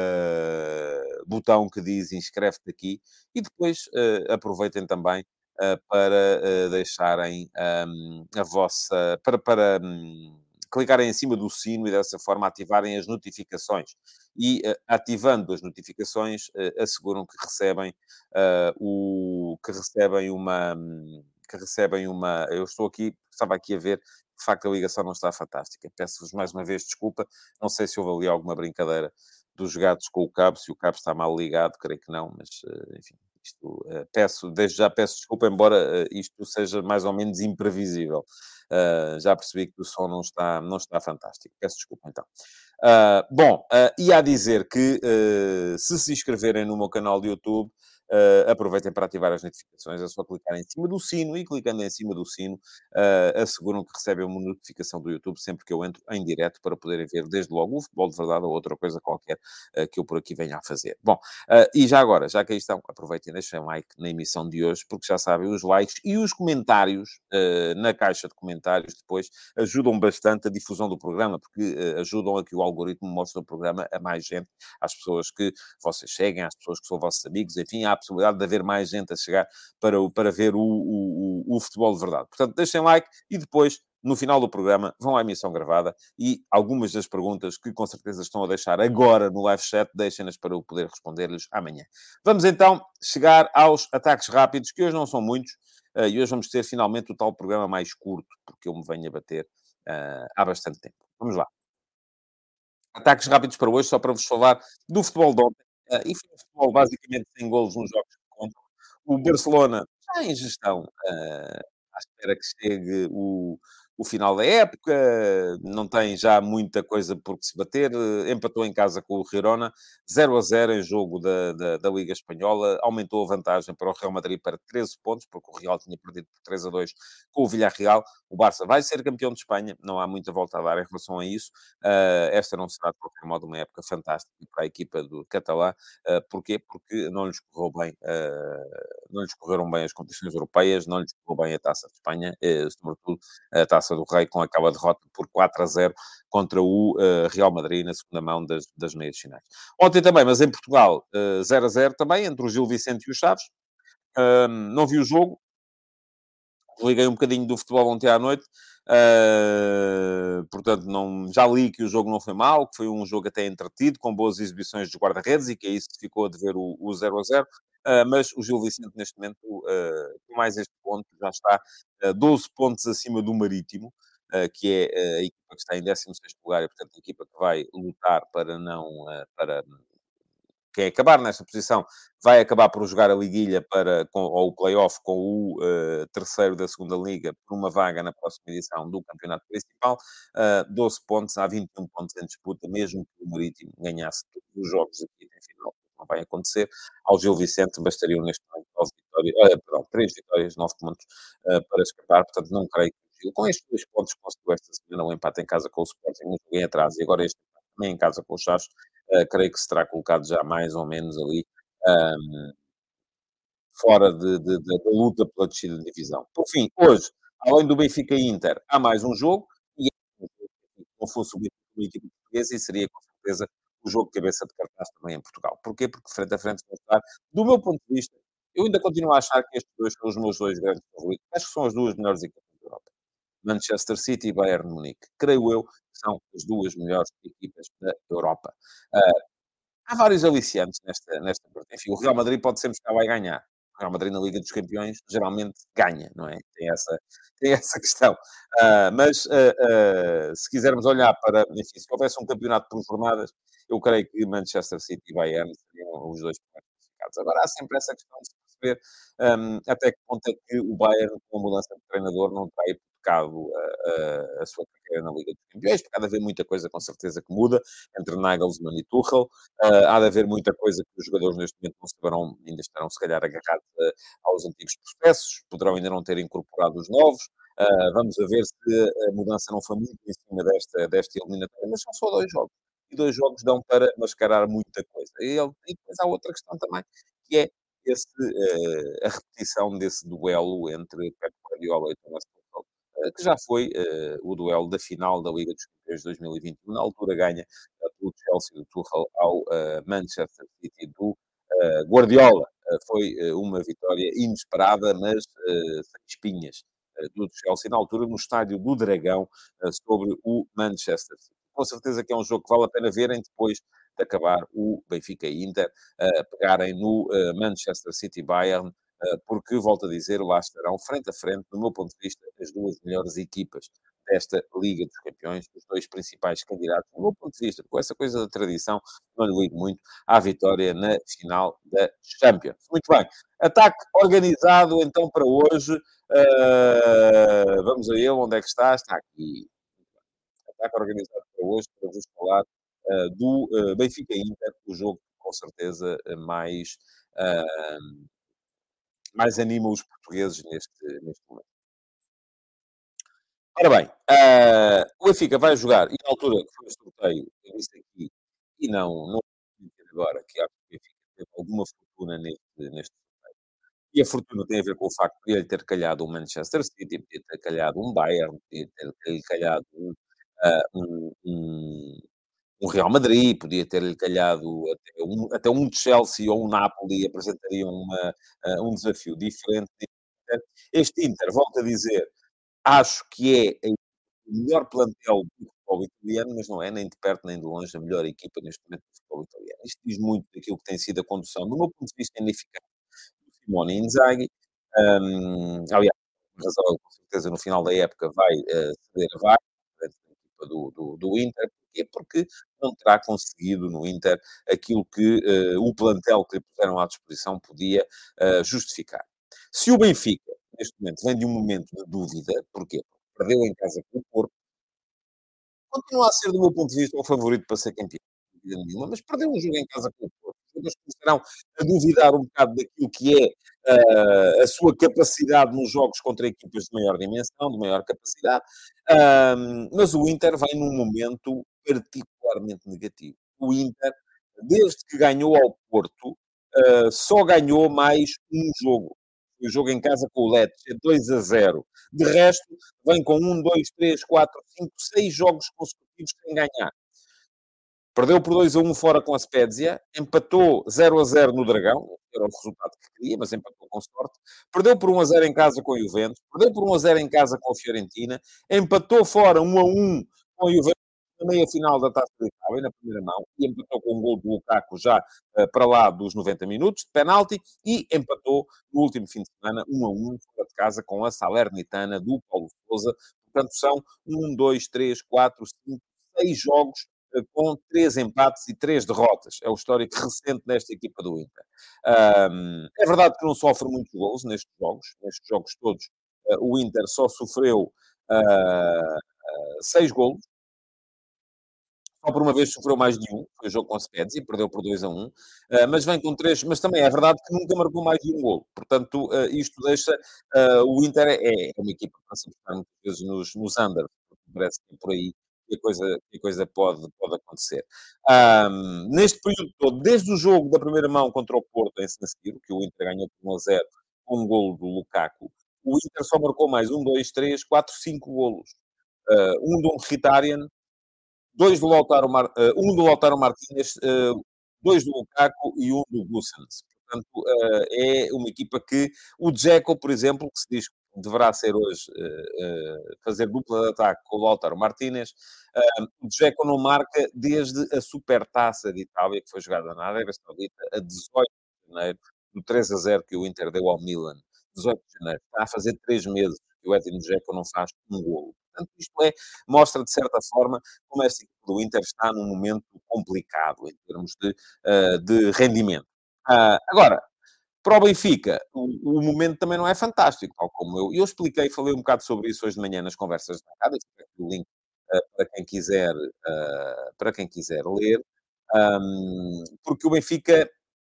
B: uh, botão que diz inscreve-te aqui e depois uh, aproveitem também uh, para uh, deixarem um, a vossa. para, para um, clicarem em cima do sino e dessa forma ativarem as notificações. E uh, ativando as notificações, uh, asseguram que recebem uh, o que recebem uma que recebem uma. Eu estou aqui, estava aqui a ver, de facto a ligação não está fantástica. Peço-vos mais uma vez desculpa. Não sei se houve ali alguma brincadeira dos gatos com o cabo, se o cabo está mal ligado, creio que não, mas uh, enfim. Isto, uh, peço, desde já peço desculpa, embora uh, isto seja mais ou menos imprevisível. Uh, já percebi que o som não está, não está fantástico. Peço desculpa, então. Uh, bom, uh, ia a dizer que uh, se se inscreverem no meu canal de YouTube, uh, aproveitem para ativar as notificações. É só clicar em cima do sino e clicando em cima do sino, uh, asseguram que recebem uma notificação do YouTube sempre que eu entro em direto para poderem ver desde logo o futebol de verdade ou outra coisa qualquer uh, que eu por aqui venha a fazer. Bom, uh, e já agora, já que aí estão, aproveitem e deixem um like na emissão de hoje, porque já sabem, os likes e os comentários uh, na caixa de comentários depois ajudam bastante a difusão do programa, porque uh, ajudam a que o algoritmo mostre o programa a mais gente, às pessoas que vocês seguem, às pessoas que são vossos amigos, enfim, há a possibilidade de haver mais gente a chegar para, o, para ver o, o, o, o futebol de verdade. Portanto, deixem like e depois, no final do programa, vão à emissão gravada e algumas das perguntas que com certeza estão a deixar agora no live chat, deixem-nas para eu poder responder-lhes amanhã. Vamos então chegar aos ataques rápidos, que hoje não são muitos, uh, e hoje vamos ter finalmente o tal programa mais curto, porque eu me venho a bater uh, há bastante tempo. Vamos lá. Ataques rápidos para hoje, só para vos falar do futebol de ontem. Uh, e foi um futebol basicamente sem golos nos jogos que O Barcelona está em gestão, ah, à espera que chegue o o final da época, não tem já muita coisa por que se bater, eh, empatou em casa com o Girona, zero a zero em jogo da da da Liga Espanhola, aumentou a vantagem para o Real Madrid para treze pontos, porque o Real tinha perdido por três a dois com o Villarreal. O Barça vai ser campeão de Espanha, não há muita volta a dar em relação a isso. Ah, esta não será, de qualquer modo, uma época fantástica para a equipa do catalã. Ah, porquê? Porque não lhes correu bem, ah, não lhes correram bem as competições europeias, não lhes correu bem a Taça de Espanha, eh, sobretudo a Taça do Rei, com aquela derrota por quatro a zero contra o eh, Real Madrid na segunda mão das, das meias finais. Ontem também, mas em Portugal, eh, zero a zero também, entre o Gil Vicente e o Chaves. Ahm, não vi o jogo, liguei um bocadinho do futebol ontem à noite, uh, portanto, não, já li que o jogo não foi mau, que foi um jogo até entretido, com boas exibições dos guarda-redes, e que é isso que ficou a dever o, o zero a zero. Uh, mas o Gil Vicente, neste momento, uh, com mais este ponto, já está uh, doze pontos acima do Marítimo, uh, que é uh, a equipa que está em décimo sexto lugar, e, portanto, a equipa que vai lutar para não... Uh, para quem acabar nesta posição vai acabar por jogar a liguilha para, com, ou o play-off com o uh, terceiro da segunda liga por uma vaga na próxima edição do campeonato principal. Uh, doze pontos, há vinte e um pontos em disputa, mesmo que o Marítimo ganhasse todos os jogos aqui em final. Não vai acontecer. Ao Gil Vicente bastariam neste momento nove vitórias, uh, perdão, três vitórias, nove pontos uh, para escapar. Portanto, não creio que o Gil, com estes dois pontos que conseguiu esta semana, o empate em casa com o Sporting, um jogo em atraso, e agora este empate também em casa com os Chaves, uh, creio que se terá colocado já mais ou menos ali um, fora de, de, de, da luta pela descida de divisão. Por fim, hoje, além do Benfica e Inter, há mais um jogo, e se não fosse o Benfica uma equipe portuguesa, e seria com certeza o jogo de cabeça de cartaz também em Portugal. Porquê? Porque frente a frente vão estar, do meu ponto de vista, eu ainda continuo a achar que estes dois são os meus dois grandes favoritos. Acho que são as duas melhores equipas da Europa. Manchester City e Bayern de Munique. Creio eu que são as duas melhores equipas da Europa. Uh, Há vários aliciantes nesta, nesta parte. Enfim, o Real Madrid pode sempre estar lá e ganhar. O Real Madrid na Liga dos Campeões geralmente ganha, não é? Tem essa, tem essa questão. Ah, mas ah, ah, se quisermos olhar para, enfim, se houvesse um campeonato por jornadas, eu creio que Manchester City e Bayern seriam os dois primeiros classificados. Agora há sempre essa questão de se perceber um, até que ponto é que o Bayern, com a mudança de treinador, não terá hipotecado a, a, a sua carreira na Liga dos Campeões, porque há de haver muita coisa, com certeza, que muda entre Nagelsmann e Tuchel. Uh, há de haver muita coisa que os jogadores neste momento não saberão, ainda estarão se calhar agarrados uh, aos antigos processos, poderão ainda não ter incorporado os novos. Uh, vamos a ver se a mudança não foi muito em cima desta, desta eliminatória, mas são só dois jogos. E dois jogos dão para mascarar muita coisa. E, ele, e depois há outra questão também, que é esse, uh, a repetição desse duelo entre Pep Guardiola e Thomas Tuchel, uh, que já foi uh, o duelo da final da Liga dos Campeões de dois mil e vinte e um, na altura ganha do Chelsea, do Tuchel, ao uh, Manchester City, do uh, Guardiola. Uh, foi uh, uma vitória inesperada, mas uh, sem espinhas, uh, do Chelsea, na altura, no estádio do Dragão, uh, sobre o Manchester City. Com certeza que é um jogo que vale a pena verem depois de acabar o Benfica e Inter, uh, pegarem no uh, Manchester City Bayern, uh, porque, volto a dizer, lá estarão frente a frente, do meu ponto de vista, as duas melhores equipas desta Liga dos Campeões, os dois principais candidatos, do meu ponto de vista, com essa coisa da tradição, não lhe ligo muito, à vitória na final da Champions. Muito bem. Ataque organizado, então, para hoje. Uh, vamos a ele. Onde é que está? Está aqui. Ataque organizado para hoje, para vos falar uh, do uh, Benfica Inter, o jogo que, com certeza, uh, mais, uh, mais anima os portugueses neste, neste momento. Ora bem, ah, o Benfica vai jogar, e na altura que foi o sorteio, eu disse aqui, e não, não vou dizer agora, que acho que o Benfica teve alguma fortuna neste, neste. E a fortuna tem a ver com o facto de ele ter calhado um Manchester City, podia ter calhado um Bayern, podia ter, ter calhado um, ah, um, um, um Real Madrid, podia ter-lhe calhado até um, até um Chelsea ou um Napoli, apresentariam uma, ah, um desafio diferente. Este Inter, volto a dizer, acho que é o melhor plantel do futebol italiano, mas não é nem de perto nem de longe a melhor equipa neste momento do futebol italiano. Isto diz muito daquilo que tem sido a condução, do meu ponto de vista, ineficaz do Simone Inzaghi. Um, aliás, por razão, com certeza, no final da época vai uh, ceder a vaga da equipa equipa do do do Inter. Porquê? Porque não terá conseguido no Inter aquilo que, eh, o plantel que lhe puseram à disposição podia, hã, justificar. Se o Benfica, neste momento, vem de um momento de dúvida, porquê? Porque perdeu em casa com o Porto. Continua a ser, do meu ponto de vista, o favorito para ser campeão, sem dúvida nenhuma, mas perdeu um jogo em casa com o Porto. As pessoas começarão a duvidar um bocado daquilo que é, ah, a sua capacidade nos jogos contra equipas de maior dimensão, de maior capacidade. Ahm, mas o Inter vem num momento particularmente negativo. O Inter, desde que ganhou ao Porto, ah, só ganhou mais um jogo. O jogo em casa com o Lecce, dois a zero. De resto, vem com um, dois, três, quatro, cinco, seis jogos consecutivos sem ganhar. Perdeu por dois a um fora com a Spezia, empatou zero a zero no Dragão, era o resultado que queria, mas empatou com sorte. Perdeu por um a zero em casa com a Juventus, perdeu por um a zero em casa com a Fiorentina, empatou fora um a um com a Juventus na meia-final da Taça de Itália, na primeira mão, e empatou com um gol do Lukaku já uh, para lá dos noventa minutos, de penalti, e empatou no último fim de semana um a um fora de casa com a Salernitana do Paulo Sousa. Portanto, são um, dois, três, quatro, cinco, seis jogos com três empates e três derrotas. É o histórico recente desta equipa do Inter. Um, é verdade que não sofre muitos gols nestes jogos. Nestes jogos todos, uh, o Inter só sofreu uh, uh, seis golos. Só por uma vez sofreu mais de um, foi o jogo com a Spezia, e perdeu por dois a um, uh, mas vem com três, mas também é verdade que nunca marcou mais de um golo. Portanto, uh, isto deixa, uh, o Inter é, é uma equipa que passa a buscar muitas vezes nos, nos under, parece que é por aí que a coisa, que a coisa pode, pode acontecer. Um, neste período todo, desde o jogo da primeira mão contra o Porto em San Siro, que o Inter ganhou por um a zero, com um golo do Lukaku, o Inter só marcou mais um, dois, três, quatro, cinco golos. Uh, um de um Mkhitaryan, dois do Lautaro Mar, uh, um do Lautaro Martínez, uh, dois do Lukaku e um do Gosens. Portanto, uh, é uma equipa que o Dzeko, por exemplo, que se diz que deverá ser hoje uh, uh, fazer dupla de ataque com o Lautaro Martínez, uh, o Dzeko não marca desde a Supertaça de Itália, que foi jogada na Arábia Saudita a dezoito de janeiro, do três a zero que o Inter deu ao Milan. dezoito de janeiro. Está a fazer três meses que o Edin Dzeko não faz um golo. Portanto, isto é, mostra, de certa forma, como esta equipa do Inter está num momento complicado em termos de, uh, de rendimento. Uh, agora, para o Benfica, o, o momento também não é fantástico, tal como eu. Eu expliquei, falei um bocado sobre isso hoje de manhã nas conversas de bancada, o link uh, para quem quiser, uh, para quem quiser ler, um, porque o Benfica,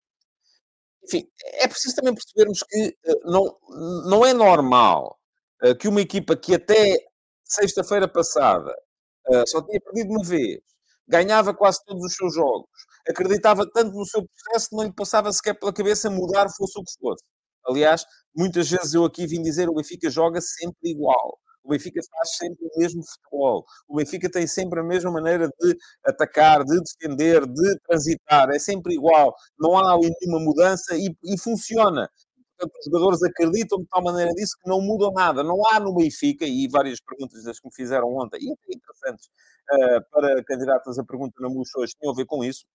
B: enfim, é preciso também percebermos que uh, não, não é normal uh, que uma equipa que até sexta-feira passada Uh, só tinha perdido uma vez, ganhava quase todos os seus jogos, acreditava tanto no seu processo que não lhe passava sequer pela cabeça mudar, fosse o que fosse. Aliás, muitas vezes eu aqui vim dizer o Benfica joga sempre igual. O Benfica faz sempre o mesmo futebol. O Benfica tem sempre a mesma maneira de atacar, de defender, de transitar. É sempre igual. Não há nenhuma mudança e, e funciona. Portanto, os jogadores acreditam de tal maneira disso que não mudam nada. Não há no Benfica, e várias perguntas das que me fizeram ontem, e até interessantes, uh, para candidatas a pergunta na Luz hoje, tinham a ver com isso,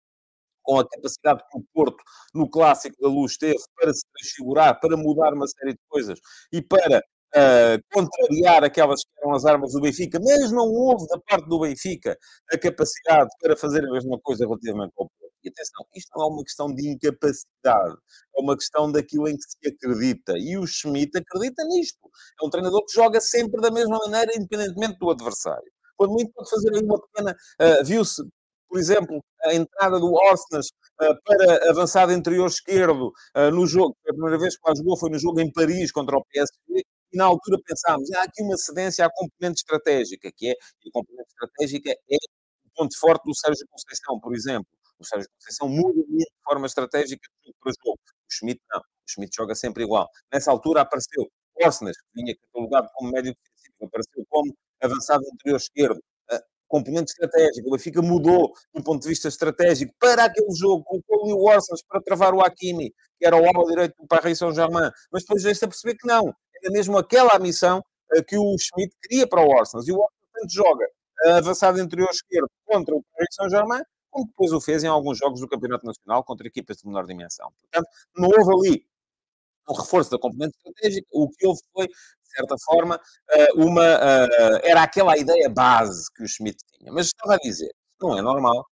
B: com a capacidade que o Porto, no Clássico da Luz, teve para se transfigurar, para mudar uma série de coisas e para uh, contrariar aquelas que eram as armas do Benfica, mas não houve da parte do Benfica a capacidade para fazer a mesma coisa relativamente ao Porto. E atenção, isto não é uma questão de incapacidade, é uma questão daquilo em que se acredita. E o Schmidt acredita nisto. É um treinador que joga sempre da mesma maneira, independentemente do adversário. Quando muito pode fazer aí uma pequena. Uh, viu-se, por exemplo, a entrada do Orsnes uh, para avançado interior esquerdo uh, no jogo, a primeira vez que lá jogou foi no jogo em Paris contra o P S G, e na altura pensámos, há aqui uma cedência à componente estratégica, que é, e a componente estratégica é o ponto forte do Sérgio Conceição, por exemplo. O Sérgio Conceição muda muito de forma estratégica de jogo para jogo. O Schmidt não. O Schmidt joga sempre igual. Nessa altura apareceu Orsnes, que vinha catalogado como médio defensivo, apareceu como avançado interior esquerdo. Uh, componente estratégico. O Benfica mudou do ponto de vista estratégico para aquele jogo, colocou ali o Orsens para travar o Hakimi, que era o ala direito do Paris Saint-Germain, mas depois veio-se a perceber que não. Era mesmo aquela a missão uh, que o Schmidt queria para o Orsens. E o Orsens tanto joga uh, avançado interior esquerdo contra o Paris Saint-Germain, como depois o fez em alguns jogos do Campeonato Nacional contra equipas de menor dimensão. Portanto, não houve ali um reforço da componente estratégica, o que houve foi certa forma, uh, uma, uh, era aquela a ideia base que o Schmidt tinha. Mas estava a dizer, não é normal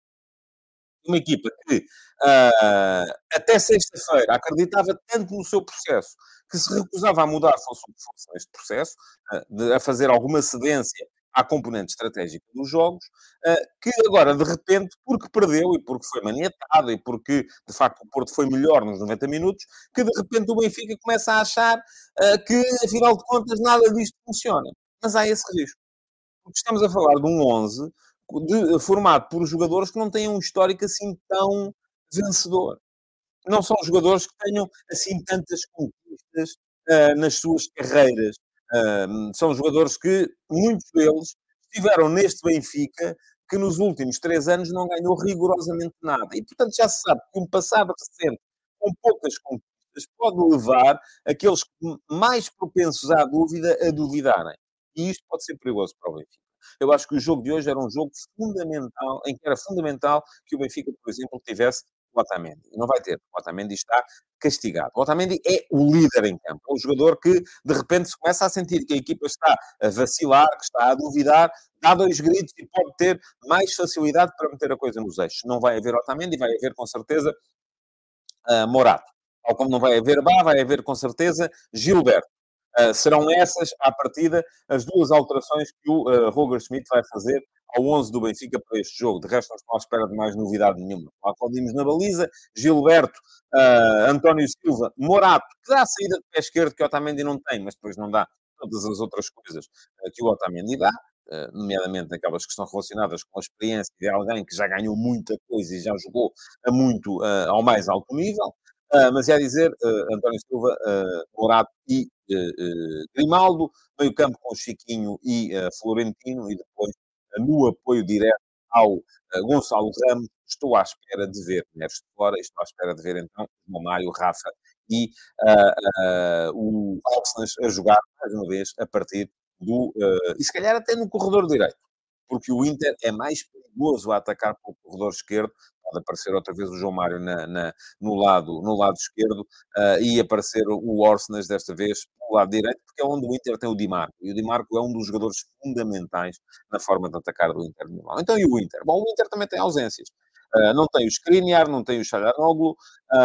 B: uma equipa que, ah, até sexta-feira acreditava tanto no seu processo, que se recusava a mudar, fosse o que fosse neste processo, ah, de, a fazer alguma cedência à componente estratégica dos jogos, ah, que agora, de repente, porque perdeu e porque foi maniatado e porque, de facto, o Porto foi melhor nos noventa minutos, que de repente o Benfica começa a achar ah, que, afinal de contas, nada disto funciona. Mas há esse risco. Porque estamos a falar de um onze de, formado por jogadores que não têm um histórico assim tão vencedor. Não são jogadores que tenham assim tantas conquistas ah, nas suas carreiras. Ah, são jogadores que, muitos deles, estiveram neste Benfica que nos últimos três anos não ganhou rigorosamente nada. E, portanto, já se sabe que um passado recente com poucas conquistas pode levar aqueles mais propensos à dúvida a duvidarem. E isto pode ser perigoso para o Benfica. Eu acho que o jogo de hoje era um jogo fundamental, em que era fundamental que o Benfica, por exemplo, tivesse o Otamendi. Não vai ter. O Otamendi está castigado. O Otamendi é o líder em campo. É o jogador que, de repente, se começa a sentir que a equipa está a vacilar, que está a duvidar, dá dois gritos e pode ter mais facilidade para meter a coisa nos eixos. Não vai haver Otamendi, vai haver, com certeza, uh, Morato. Tal como não vai haver Bá, vai haver, com certeza, Gilberto. Uh, serão essas, à partida, as duas alterações que o uh, Roger Schmidt vai fazer ao onze do Benfica para este jogo. De resto, não estou à espera de mais novidade nenhuma. Aplaudimos na baliza, Gilberto, uh, António Silva, Morato, que dá a saída de pé esquerdo que o Otamendi não tem, mas depois não dá todas as outras coisas uh, que o Otamendi dá, uh, nomeadamente aquelas que estão relacionadas com a experiência de alguém que já ganhou muita coisa e já jogou a muito uh, ao mais alto nível. Uh, mas é a dizer, uh, António Silva, uh, Morato e uh, uh, Grimaldo, meio campo com Chiquinho e uh, Florentino, e depois uh, no apoio direto ao uh, Gonçalo Ramos, estou à espera de ver Neves de fora, estou à espera de ver então o Mamário, Rafa e uh, uh, o Alves a jogar, mais uma vez, a partir do... Uh, e se calhar até no corredor direito, porque o Inter é mais perigoso a atacar pelo corredor esquerdo. Pode aparecer outra vez o João Mário na, na, no, lado, no lado esquerdo uh, e aparecer o Orsnes desta vez no lado direito, porque é onde o Inter tem o Di Marco. E o Di Marco é um dos jogadores fundamentais na forma de atacar do Inter de Milão. Então, e o Inter? Bom, o Inter também tem ausências. Uh, não tem o Skriniar, não tem o Çalhanoğlu.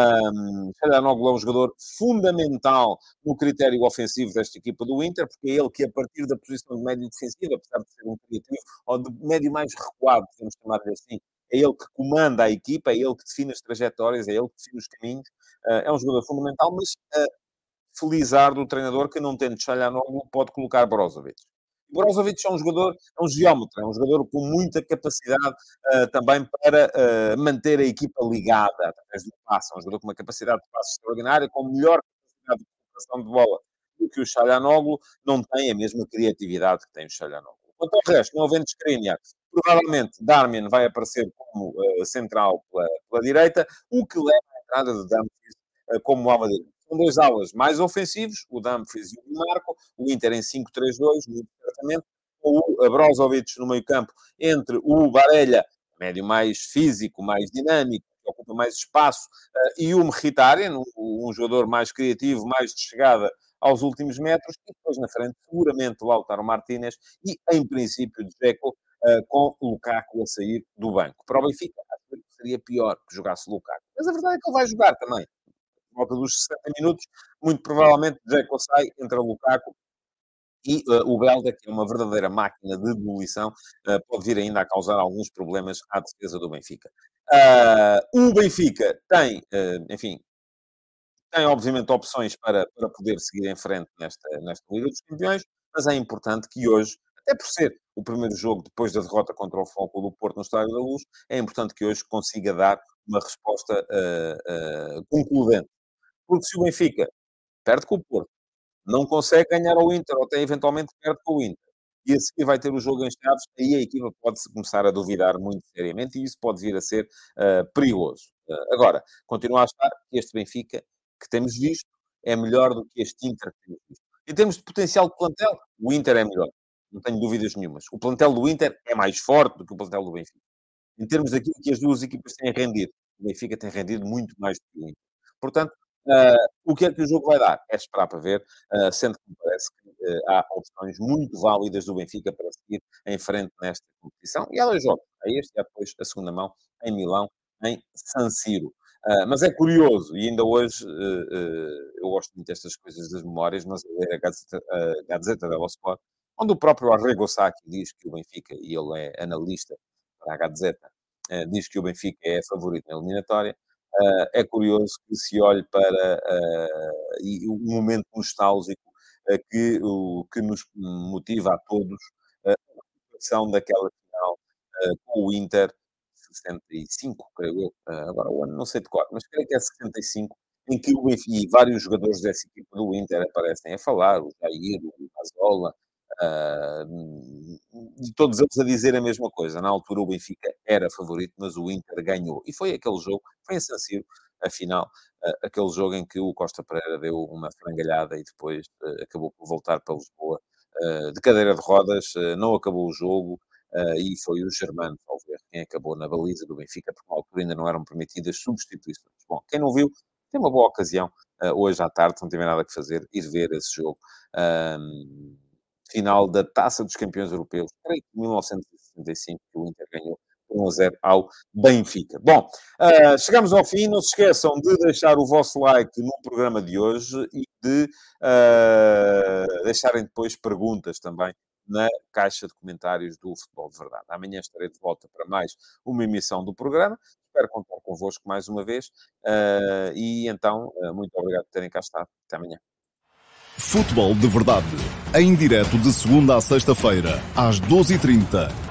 B: Um, Çalhanoğlu é um jogador fundamental no critério ofensivo desta equipa do Inter, porque é ele que, a partir da posição de médio defensivo, apesar de ser um criativo, ou de médio mais recuado, podemos chamar-lhe assim, é ele que comanda a equipa, é ele que define as trajetórias, é ele que define os caminhos. Uh, é um jogador fundamental, mas uh, felizar do treinador que, não tendo Çalhanoğlu, pode colocar Brozovic. Brozovic é um jogador, é um geómetra, é um jogador com muita capacidade uh, também para uh, manter a equipa ligada através do passe. É um jogador com uma capacidade de passe extraordinária, com melhor capacidade de recuperação de bola do que o Çalhanoğlu, não tem a mesma criatividade que tem o Çalhanoğlu. Quanto ao resto, não havendo Skriniar, provavelmente Darmian vai aparecer como uh, central pela, pela direita, o que leva à entrada de Dumfries uh, como ala direita. São dois alas mais ofensivos, o Dumfries e o Di Marco, o Inter em cinco três dois, muito certamente, com o Brozovic no meio campo, entre o Barella, médio mais físico, mais dinâmico, que ocupa mais espaço, uh, e o Mkhitaryan, um, um jogador mais criativo, mais de chegada aos últimos metros, e depois na frente, seguramente, o Lautaro Martínez e, em princípio, de Dzeko, uh, com o Lukaku a sair do banco. Para o Benfica, acho que seria pior que jogasse o Lukaku. Mas a verdade é que ele vai jogar também. Por volta dos sessenta minutos, muito provavelmente, Dzeko sai, entra o Lukaku, e uh, o Belda, que é uma verdadeira máquina de demolição, uh, pode vir ainda a causar alguns problemas à defesa do Benfica. Uh, o Benfica tem, uh, enfim, tem, obviamente, opções para, para poder seguir em frente nesta, nesta Liga dos Campeões, mas é importante que hoje, até por ser o primeiro jogo depois da derrota contra o Futebol do Porto no Estádio da Luz, é importante que hoje consiga dar uma resposta uh, uh, concludente. Porque se o Benfica perde com o Porto, não consegue ganhar ao Inter, ou até eventualmente perde com o Inter, e a seguir vai ter o jogo em Chaves, aí a equipa pode-se começar a duvidar muito seriamente, e isso pode vir a ser uh, perigoso. Uh, agora, continua a estar que este Benfica que temos visto é melhor do que este Inter que temos visto. Em termos de potencial de plantel, o Inter é melhor. Não tenho dúvidas nenhumas. O plantel do Inter é mais forte do que o plantel do Benfica. Em termos daquilo que as duas equipas têm rendido, o Benfica tem rendido muito mais do que o Inter. Portanto, Uh, o que é que o jogo vai dar? É esperar para ver, uh, sendo que me parece que uh, há opções muito válidas do Benfica para seguir em frente nesta competição. E há dois jogos, há este e há depois a segunda mão em Milão, em San Siro. Uh, mas é curioso, e ainda hoje uh, uh, eu gosto muito destas coisas das memórias, mas eu ler a Gazeta, a Gazeta dello Sport, onde o próprio Arrigo Sacchi diz que o Benfica, e ele é analista para a Gazeta, uh, diz que o Benfica é favorito na eliminatória. Uh, é curioso que se olhe para uh, e o momento nostálgico uh, que, o, que nos motiva a todos uh, a recuperação daquela final uh, com o Inter, sessenta e cinco, creio eu, uh, agora o ano não sei de cor, mas creio que é sessenta e cinco, em que o Benfica, e vários jogadores dessa equipa do Inter aparecem a falar, o Jair, o Mazola, uh, e todos eles a dizer a mesma coisa. Na altura o Benfica era favorito, mas o Inter ganhou. E foi aquele jogo, foi em San Siro, afinal, uh, aquele jogo em que o Costa Pereira deu uma frangalhada e depois uh, acabou por voltar para Lisboa uh, de cadeira de rodas, uh, não acabou o jogo, uh, e foi o Germano, talvez, quem acabou na baliza do Benfica, porque na altura ainda não eram permitidas substituições. Bom, quem não viu, tem uma boa ocasião, uh, hoje à tarde, se não tiver nada que fazer, ir ver esse jogo. Um, final da Taça dos Campeões Europeus, creio que em mil novecentos e sessenta e cinco, que o Inter ganhou um a zero ao Benfica. Bom, uh, chegamos ao fim. Não se esqueçam de deixar o vosso like no programa de hoje e de uh, deixarem depois perguntas também na caixa de comentários do Futebol de Verdade. Amanhã estarei de volta para mais uma emissão do programa. Espero contar convosco mais uma vez. Uh, e então, uh, muito obrigado por terem cá estado. Até amanhã.
A: Futebol de Verdade, em direto de segunda a sexta-feira, às doze e trinta,